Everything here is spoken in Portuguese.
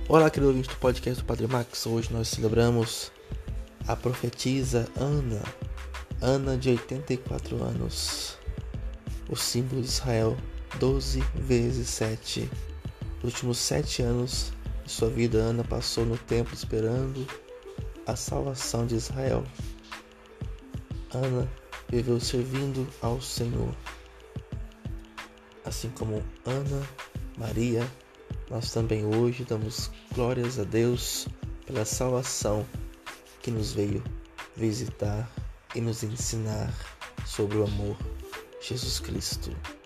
Olá, querido ouvinte do podcast do Padre Max. Hoje nós celebramos a profetisa Ana de 84 anos, o símbolo de Israel, 12 vezes 7. Nos últimos 7 anos de sua vida, Ana passou no templo esperando a salvação de Israel. Ana viveu servindo ao Senhor. Assim como Ana, Maria, nós também hoje damos glórias a Deus pela salvação que nos veio visitar e nos ensinar sobre o amor, Jesus Cristo.